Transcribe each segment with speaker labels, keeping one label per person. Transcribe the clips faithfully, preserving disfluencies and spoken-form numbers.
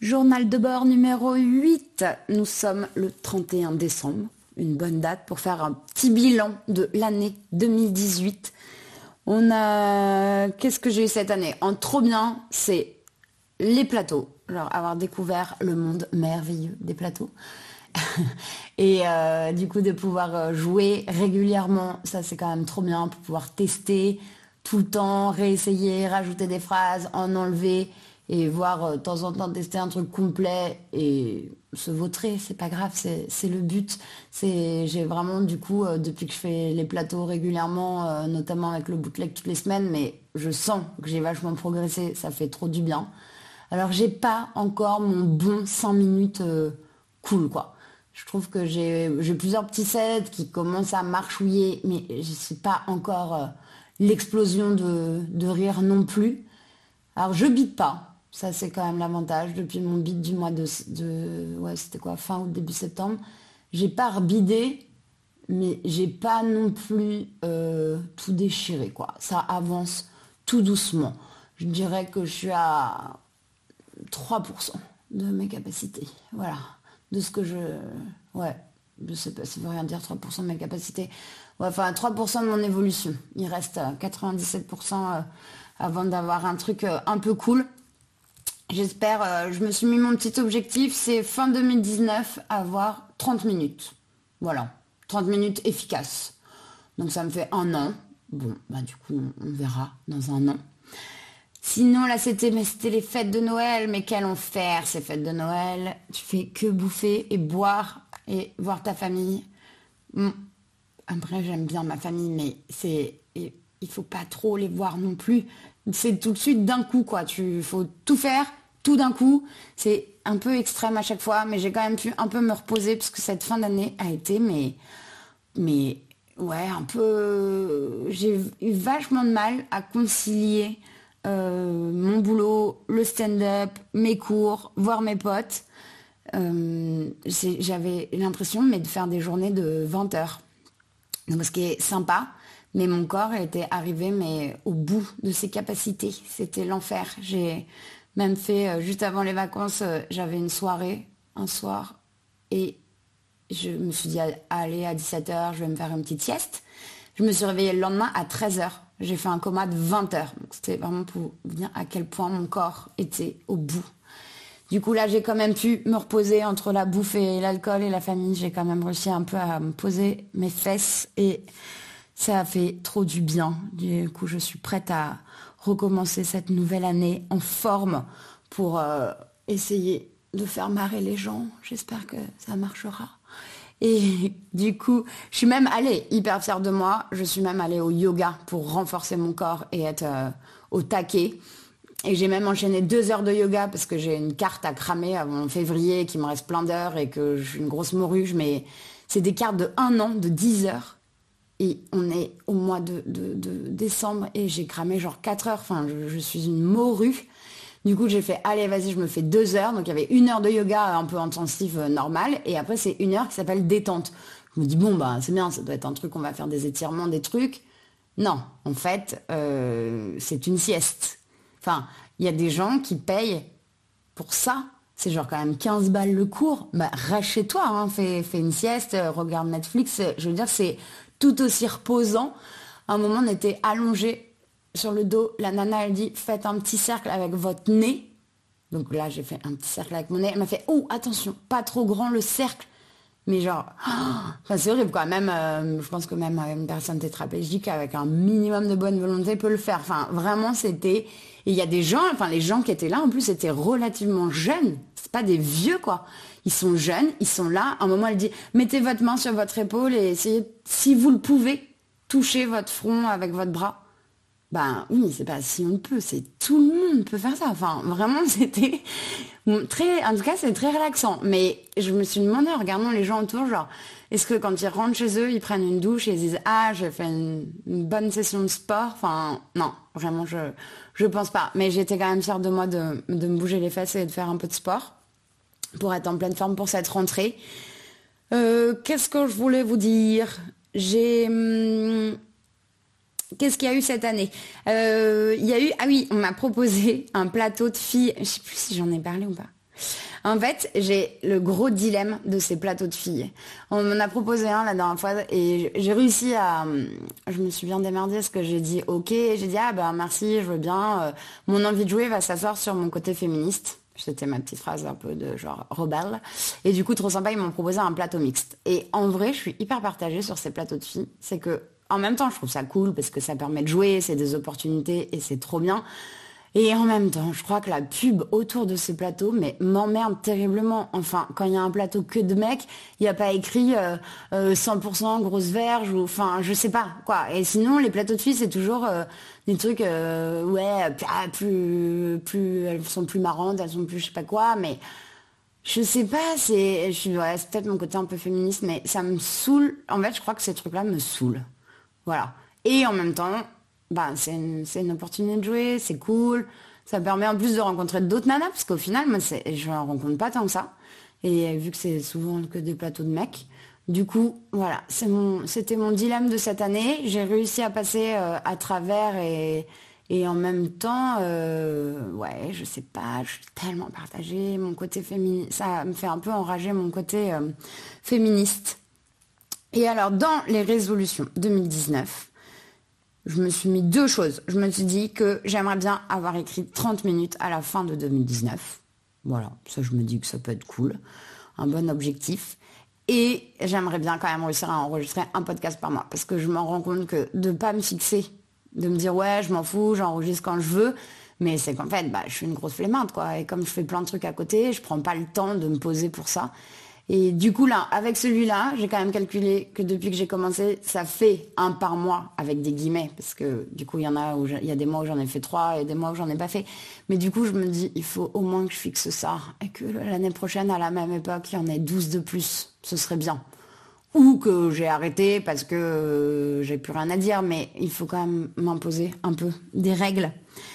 Speaker 1: Journal de bord numéro huit. Nous sommes le trente et un décembre. Une bonne date pour faire un petit bilan de l'année deux mille dix-huit. On a... Qu'est-ce que j'ai eu cette année? En trop bien, c'est les plateaux. Genre avoir découvert le monde merveilleux des plateaux. Et euh, du coup de pouvoir jouer régulièrement, ça c'est quand même trop bien pour pouvoir tester tout le temps, réessayer, rajouter des phrases, en enlever et voir euh, de temps en temps tester un truc complet et se vautrer, c'est pas grave, c'est, c'est le but. C'est, j'ai vraiment du coup, euh, depuis que je fais les plateaux régulièrement, euh, notamment avec le bootleg toutes les semaines, mais je sens que j'ai vachement progressé, ça fait trop du bien. Alors j'ai pas encore mon bon cinq minutes euh, cool quoi. Je trouve que j'ai, j'ai plusieurs petits sets qui commencent à marchouiller, mais je sais pas encore euh, l'explosion de, de rire non plus. Alors je bide pas, ça c'est quand même l'avantage. Depuis mon bide du mois de, de ouais c'était quoi, fin août, début septembre, j'ai pas rebidé, mais j'ai pas non plus euh, tout déchiré quoi. Ça avance tout doucement. Je dirais que je suis à trois pour cent de mes capacités, voilà. De ce que je... Ouais, je sais pas, ça veut rien dire, trois pour cent de mes capacités. Ouais, enfin, trois pour cent de mon évolution. Il reste quatre-vingt-dix-sept pour cent euh, avant d'avoir un truc euh, un peu cool. J'espère, euh, je me suis mis mon petit objectif, c'est fin deux mille dix-neuf, avoir trente minutes. Voilà, trente minutes efficaces. Donc ça me fait un an. Bon, bah du coup, on verra dans un an. Sinon, là, c'était, mais c'était les fêtes de Noël. Mais quel enfer, ces fêtes de Noël. Tu fais que bouffer et boire et voir ta famille. Bon. Après, j'aime bien ma famille, mais c'est, il faut pas trop les voir non plus. C'est tout de suite d'un coup, quoi. Tu faut tout faire, tout d'un coup. C'est un peu extrême à chaque fois, mais j'ai quand même pu un peu me reposer parce que cette fin d'année a été, mais, mais ouais, un peu. J'ai eu vachement de mal à concilier. Euh, mon boulot, le stand-up, mes cours, voir mes potes. Euh, c'est, j'avais l'impression mais de faire des journées de vingt heures. Donc, ce qui est sympa, mais mon corps était arrivé mais au bout de ses capacités. C'était l'enfer. J'ai même fait, euh, juste avant les vacances, euh, j'avais une soirée, un soir, et je me suis dit, allez, à dix-sept heures, je vais me faire une petite sieste. Je me suis réveillée le lendemain à treize heures. J'ai fait un coma de vingt heures. Donc c'était vraiment pour vous dire à quel point mon corps était au bout. Du coup, là, j'ai quand même pu me reposer entre la bouffe et l'alcool et la famille. J'ai quand même réussi un peu à me poser mes fesses et ça a fait trop du bien. Du coup, je suis prête à recommencer cette nouvelle année en forme pour euh, essayer de faire marrer les gens. J'espère que ça marchera. Et du coup, je suis même allée hyper fière de moi. Je suis même allée au yoga pour renforcer mon corps et être euh, au taquet. Et j'ai même enchaîné deux heures de yoga parce que j'ai une carte à cramer avant février et qu'il me reste plein d'heures et que je suis une grosse moruge. Mais c'est des cartes de un an, de dix heures. Et on est au mois de, de, de décembre et j'ai cramé genre quatre heures. Enfin, je, je suis une morue. Du coup, j'ai fait, allez, vas-y, je me fais deux heures. Donc, il y avait une heure de yoga un peu intensif, euh, normal. Et après, c'est une heure qui s'appelle détente. Je me dis, bon, bah, c'est bien, ça doit être un truc, on va faire des étirements, des trucs. Non, en fait, euh, c'est une sieste. Enfin, il y a des gens qui payent pour ça. C'est genre quand même quinze balles le cours. Bah, reste chez toi, hein, fais, fais une sieste, regarde Netflix. Je veux dire, c'est tout aussi reposant. À un moment, on était allongés sur le dos, la nana elle dit faites un petit cercle avec votre nez. Donc là j'ai fait un petit cercle avec mon nez. Elle m'a fait oh attention, pas trop grand le cercle. Mais genre, oh, enfin, c'est horrible quoi. Même, euh, je pense que même une personne tétraplégique avec un minimum de bonne volonté peut le faire. Enfin vraiment c'était. Et il y a des gens, enfin les gens qui étaient là en plus étaient relativement jeunes. C'est pas des vieux quoi. Ils sont jeunes, ils sont là. À un moment elle dit mettez votre main sur votre épaule et essayez, si vous le pouvez, toucher votre front avec votre bras. Ben oui, c'est pas si on le peut, c'est tout le monde peut faire ça. Enfin, vraiment, c'était très, en tout cas, c'est très relaxant. Mais je me suis demandé en regardant les gens autour, genre, est-ce que quand ils rentrent chez eux, ils prennent une douche et ils disent ah, j'ai fait une, une bonne session de sport. Enfin, non, vraiment, je, je pense pas. Mais j'étais quand même fière de moi de, de me bouger les fesses et de faire un peu de sport pour être en pleine forme pour cette rentrée. Euh, qu'est-ce que je voulais vous dire? J'ai hum, Qu'est-ce qu'il y a eu cette année? euh, Il y a eu... Ah oui, on m'a proposé un plateau de filles. Je sais plus si j'en ai parlé ou pas. En fait, j'ai le gros dilemme de ces plateaux de filles. On m'en a proposé un la dernière fois et j'ai réussi à... Je me suis bien démerdée parce que j'ai dit ok, j'ai dit ah ben merci, je veux bien. Euh, mon envie de jouer va s'asseoir sur mon côté féministe. C'était ma petite phrase un peu de genre rebelle. Et du coup, trop sympa, ils m'ont proposé un plateau mixte. Et en vrai, je suis hyper partagée sur ces plateaux de filles. C'est que, en même temps, je trouve ça cool parce que ça permet de jouer, c'est des opportunités et c'est trop bien. Et en même temps, je crois que la pub autour de ces plateaux, mais m'emmerde terriblement. Enfin, quand il y a un plateau que de mecs, il n'y a pas écrit euh, euh, cent pour cent grosse verge ou, enfin, je sais pas quoi. Et sinon, les plateaux de filles, c'est toujours euh, des trucs, euh, ouais, ah, plus, plus, elles sont plus marrantes, elles sont plus, je sais pas quoi, mais je sais pas. C'est, je suis, ouais, c'est peut-être mon côté un peu féministe, mais ça me saoule. En fait, je crois que ces trucs-là me saoulent. Voilà. Et en même temps. Bah, c'est une, c'est une opportunité de jouer, c'est cool. Ça permet en plus de rencontrer d'autres nanas, parce qu'au final, moi, c'est, je ne rencontre pas tant que ça. Et vu que c'est souvent que des plateaux de mecs, du coup, voilà, c'est mon, c'était mon dilemme de cette année. J'ai réussi à passer euh, à travers et, et en même temps, euh, ouais, je sais pas, je suis tellement partagée. Mon côté féministe, ça me fait un peu enrager mon côté euh, féministe. Et alors, dans les résolutions deux mille dix-neuf, je me suis mis deux choses. Je me suis dit que j'aimerais bien avoir écrit trente minutes à la fin de deux mille dix-neuf. Voilà, ça je me dis que ça peut être cool. Un bon objectif. Et j'aimerais bien quand même réussir à enregistrer un podcast par mois. Parce que je m'en rends compte que de ne pas me fixer, de me dire ouais, je m'en fous, j'enregistre quand je veux. Mais c'est qu'en fait, bah, je suis une grosse flemmarde, quoi. Et comme je fais plein de trucs à côté, je prends pas le temps de me poser pour ça. Et du coup, là, avec celui-là, j'ai quand même calculé que depuis que j'ai commencé, ça fait un par mois, avec des guillemets, parce que du coup, il y en a où il y a des mois où j'en ai fait trois et des mois où j'en ai pas fait. Mais du coup, je me dis, il faut au moins que je fixe ça et que l'année prochaine, à la même époque, il y en ait douze de plus. Ce serait bien. Ou que j'ai arrêté parce que euh, j'ai plus rien à dire, mais il faut quand même m'imposer un peu des règles.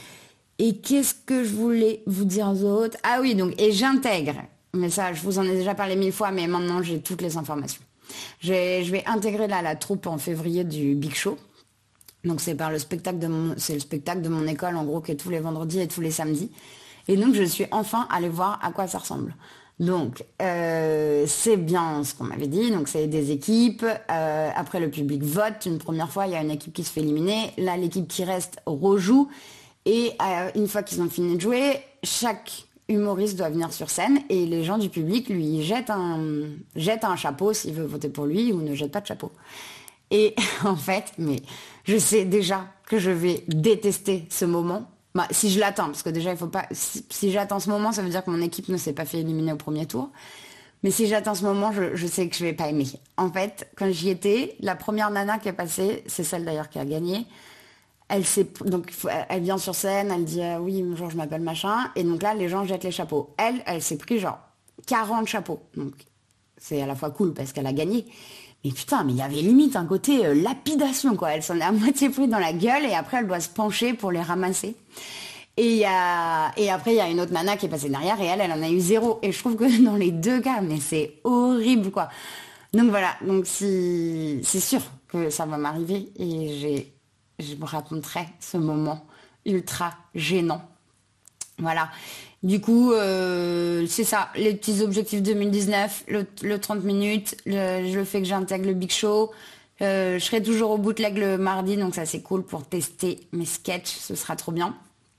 Speaker 1: Et qu'est-ce que je voulais vous dire d'autre? Ah oui, donc, et j'intègre. Mais ça, je vous en ai déjà parlé mille fois, mais maintenant j'ai toutes les informations. J'ai, je vais intégrer là la troupe en février du Big Show. Donc c'est par le spectacle de mon, c'est le spectacle de mon école en gros qui est tous les vendredis et tous les samedis. Et donc je suis enfin allée voir à quoi ça ressemble. Donc euh, c'est bien ce qu'on m'avait dit. Donc c'est des équipes. Euh, après le public vote. Une première fois il y a une équipe qui se fait éliminer. Là l'équipe qui reste rejoue. Et euh, une fois qu'ils ont fini de jouer, chaque humoriste doit venir sur scène et les gens du public lui jettent un, jettent un chapeau s'il veut voter pour lui ou ne jette pas de chapeau. Et en fait, mais je sais déjà que je vais détester ce moment. Bah, si je l'attends, parce que déjà il faut pas. Si, si j'attends ce moment, ça veut dire que mon équipe ne s'est pas fait éliminer au premier tour. Mais si j'attends ce moment, je, je sais que je vais pas aimer. En fait, quand j'y étais, la première nana qui est passée, c'est celle d'ailleurs qui a gagné. Elle s'est, donc elle vient sur scène, elle dit euh, oui bonjour je m'appelle machin et donc là les gens jettent les chapeaux. Elle, elle s'est pris genre quarante chapeaux. Donc c'est à la fois cool parce qu'elle a gagné. Mais putain, mais il y avait limite un côté euh, lapidation quoi. Elle s'en est à moitié pris dans la gueule et après elle doit se pencher pour les ramasser. Et, y a... et après il y a une autre nana qui est passée derrière et elle, elle en a eu zéro. Et je trouve que dans les deux cas, mais c'est horrible quoi. Donc voilà, donc si c'est sûr que ça va m'arriver et j'ai je me raconterai ce moment ultra gênant. Voilà. Du coup, euh, c'est ça, les petits objectifs deux mille dix-neuf, le, le trente minutes, le, le fait que j'intègre le Big Show. Euh, je serai toujours au bootleg le mardi, donc ça c'est cool pour tester mes sketchs, ce sera trop bien.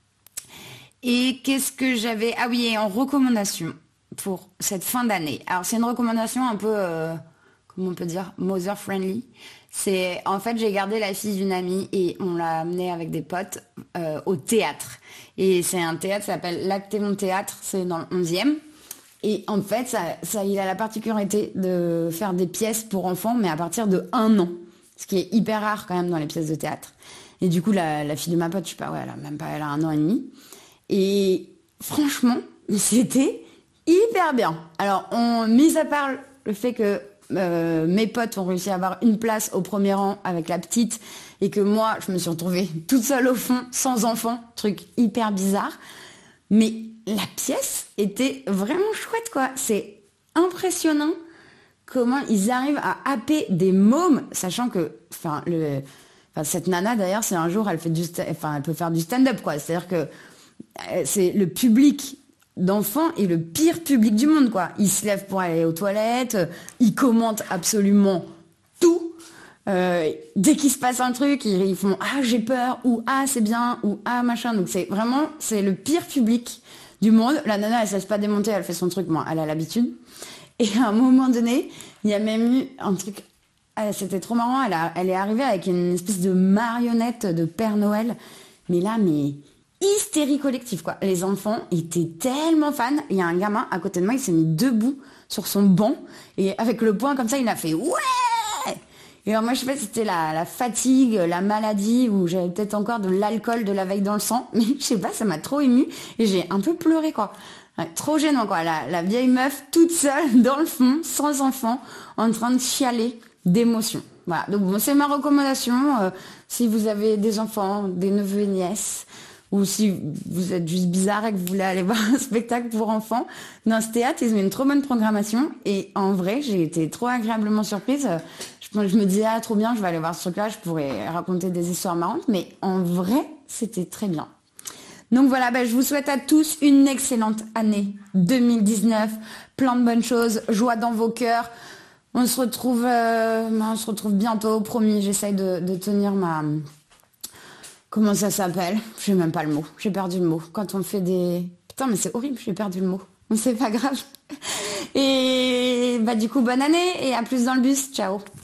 Speaker 1: Et qu'est-ce que j'avais... Ah oui, et en recommandation pour cette fin d'année. Alors c'est une recommandation un peu... Euh, comment on peut dire, mother friendly. C'est en fait j'ai gardé la fille d'une amie et on l'a amenée avec des potes euh, au théâtre. Et c'est un théâtre, ça s'appelle l'Actémon Théâtre, c'est dans le onzième. Et en fait, ça, ça, il a la particularité de faire des pièces pour enfants, mais à partir de un an. Ce qui est hyper rare quand même dans les pièces de théâtre. Et du coup, la, la fille de ma pote, je sais pas, ouais, elle a même pas, elle a un an et demi. Et franchement, c'était hyper bien. Alors, on, mis à part le fait que Euh, mes potes ont réussi à avoir une place au premier rang avec la petite et que moi je me suis retrouvée toute seule au fond sans enfant, truc hyper bizarre, mais la pièce était vraiment chouette quoi. C'est impressionnant comment ils arrivent à happer des mômes, sachant que enfin le enfin cette nana d'ailleurs c'est un jour elle fait du enfin elle peut faire du stand-up quoi, c'est-à-dire que euh, c'est le public d'enfants est le pire public du monde, quoi. Ils se lèvent pour aller aux toilettes, euh, ils commentent absolument tout. Euh, dès qu'il se passe un truc, ils, ils font ah j'ai peur ou ah c'est bien ou ah machin. Donc c'est vraiment c'est le pire public du monde. La nana elle se laisse pas démonter, elle fait son truc, moi elle a l'habitude. Et à un moment donné, il y a même eu un truc, ah, c'était trop marrant. Elle, a, elle est arrivée avec une espèce de marionnette de Père Noël, mais là mais hystérie collective quoi. Les enfants étaient tellement fans. Il y a un gamin à côté de moi, il s'est mis debout sur son banc et avec le poing comme ça, il a fait ouais. Et alors moi je sais pas si c'était la, la fatigue, la maladie ou j'avais peut-être encore de l'alcool de la veille dans le sang, mais je sais pas, ça m'a trop émue et j'ai un peu pleuré quoi. Ouais, trop gênant quoi, la, la vieille meuf toute seule dans le fond, sans enfant, en train de chialer d'émotion. Voilà, donc bon, c'est ma recommandation. Euh, si vous avez des enfants, des neveux et nièces, ou si vous êtes juste bizarre et que vous voulez aller voir un spectacle pour enfants, dans ce théâtre, ils ont une trop bonne programmation. Et en vrai, j'ai été trop agréablement surprise. Je, je me disais, ah, trop bien, je vais aller voir ce truc-là, je pourrais raconter des histoires marrantes. Mais en vrai, c'était très bien. Donc voilà, bah, je vous souhaite à tous une excellente année deux mille dix-neuf. Plein de bonnes choses, joie dans vos cœurs. On se retrouve, euh, on se retrouve bientôt, promis. J'essaye de, de tenir ma... Comment ça s'appelle? J'ai même pas le mot. J'ai perdu le mot. Quand on fait des... Putain, mais c'est horrible, j'ai perdu le mot. Mais c'est pas grave. Et bah du coup, bonne année et à plus dans le bus. Ciao.